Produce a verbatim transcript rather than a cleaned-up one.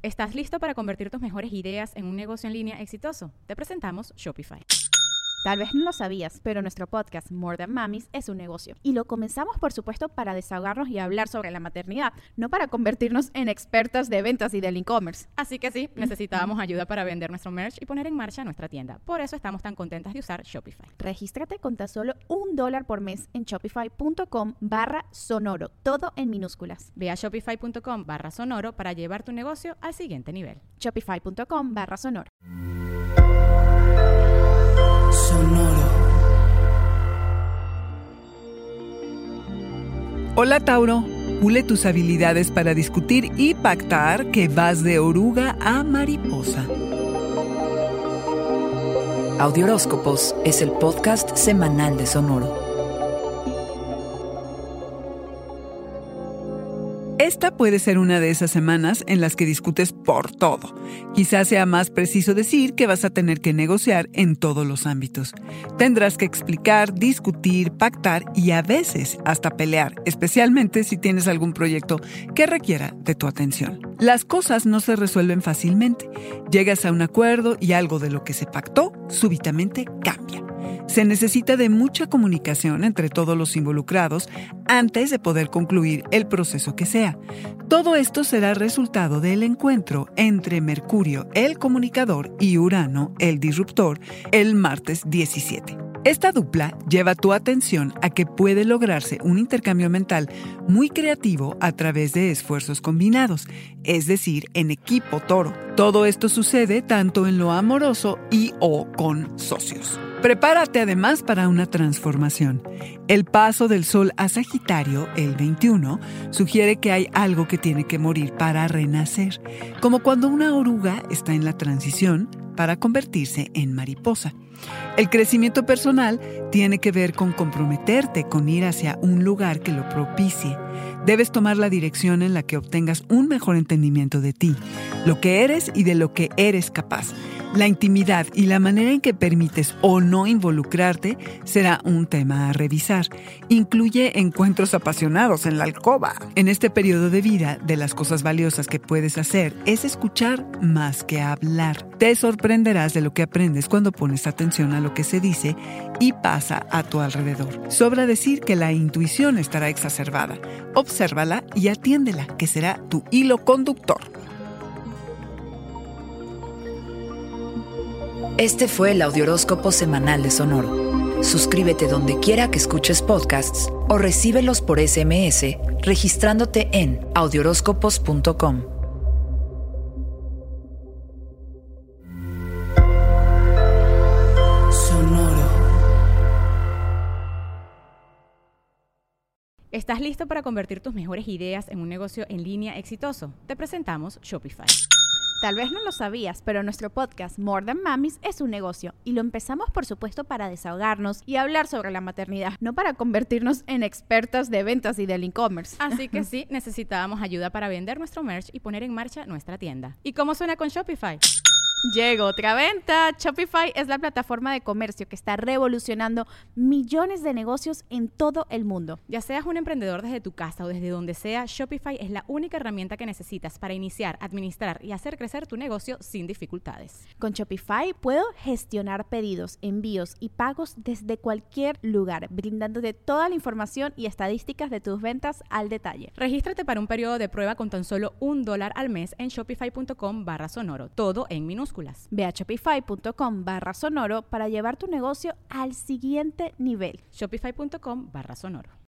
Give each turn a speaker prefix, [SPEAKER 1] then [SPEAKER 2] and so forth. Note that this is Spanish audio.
[SPEAKER 1] ¿Estás listo para convertir tus mejores ideas en un negocio en línea exitoso? Te presentamos Shopify.
[SPEAKER 2] Tal vez no lo sabías, pero nuestro podcast More Than Mamis es un negocio. Y lo comenzamos, por supuesto, para desahogarnos y hablar sobre la maternidad, no para convertirnos en expertas de ventas y del e-commerce.
[SPEAKER 1] Así que sí, necesitábamos ayuda para vender nuestro merch y poner en marcha nuestra tienda. Por eso estamos tan contentas de usar Shopify.
[SPEAKER 2] Regístrate con tan solo un dólar por mes en shopify.com barra sonoro, todo en minúsculas.
[SPEAKER 1] Ve a shopify.com barra sonoro para llevar tu negocio al siguiente nivel.
[SPEAKER 2] Shopify.com barra sonoro.
[SPEAKER 3] Sonoro.
[SPEAKER 4] Hola Tauro, pule tus habilidades para discutir y pactar que vas de oruga a mariposa.
[SPEAKER 3] Audioróscopos es el podcast semanal de Sonoro.
[SPEAKER 4] Esta puede ser una de esas semanas en las que discutes por todo. Quizás sea más preciso decir que vas a tener que negociar en todos los ámbitos. Tendrás que explicar, discutir, pactar y a veces hasta pelear, especialmente si tienes algún proyecto que requiera de tu atención. Las cosas no se resuelven fácilmente. Llegas a un acuerdo y algo de lo que se pactó súbitamente cambia. Se necesita de mucha comunicación entre todos los involucrados antes de poder concluir el proceso que sea. Todo esto será resultado del encuentro entre Mercurio, el comunicador, y Urano, el disruptor, el martes diecisiete. Esta dupla lleva tu atención a que puede lograrse un intercambio mental muy creativo a través de esfuerzos combinados, es decir, en equipo toro. Todo esto sucede tanto en lo amoroso y o con socios. Prepárate además para una transformación. El paso del Sol a Sagitario, el veintiuno, sugiere que hay algo que tiene que morir para renacer, como cuando una oruga está en la transición para convertirse en mariposa. El crecimiento personal tiene que ver con comprometerte con ir hacia un lugar que lo propicie. Debes tomar la dirección en la que obtengas un mejor entendimiento de ti, lo que eres y de lo que eres capaz. La intimidad y la manera en que permites o no involucrarte será un tema a revisar. Incluye encuentros apasionados en la alcoba. En este periodo de vida, de las cosas valiosas que puedes hacer es escuchar más que hablar. Te sorprenderás de lo que aprendes cuando pones atención a lo que se dice y pasa a tu alrededor. Sobra decir que la intuición estará exacerbada. Obsérvala y atiéndela, que será tu hilo conductor.
[SPEAKER 3] Este fue el Audioróscopo semanal de Sonoro. Suscríbete donde quiera que escuches podcasts o recíbelos por ese eme ese registrándote en audioróscopos punto com. Sonoro.
[SPEAKER 1] ¿Estás listo para convertir tus mejores ideas en un negocio en línea exitoso? Te presentamos Shopify.
[SPEAKER 2] Tal vez no lo sabías, pero nuestro podcast More Than Mamis es un negocio y lo empezamos, por supuesto, para desahogarnos y hablar sobre la maternidad, no para convertirnos en expertas de ventas y del e-commerce.
[SPEAKER 1] Así que sí, necesitábamos ayuda para vender nuestro merch y poner en marcha nuestra tienda. ¿Y cómo suena con Shopify?
[SPEAKER 2] Llegó otra venta. Shopify es la plataforma de comercio que está revolucionando millones de negocios en todo el mundo.
[SPEAKER 1] Ya seas un emprendedor desde tu casa o desde donde sea, Shopify es la única herramienta que necesitas para iniciar, administrar y hacer crecer tu negocio sin dificultades.
[SPEAKER 2] Con Shopify puedo gestionar pedidos, envíos y pagos desde cualquier lugar, brindándote toda la información y estadísticas de tus ventas al detalle.
[SPEAKER 1] Regístrate para un periodo de prueba con tan solo un dólar al mes en shopify.com barra sonoro, todo en minúsculas.
[SPEAKER 2] Ve a shopify.com barra sonoro para llevar tu negocio al siguiente nivel.
[SPEAKER 1] Shopify.com barra sonoro.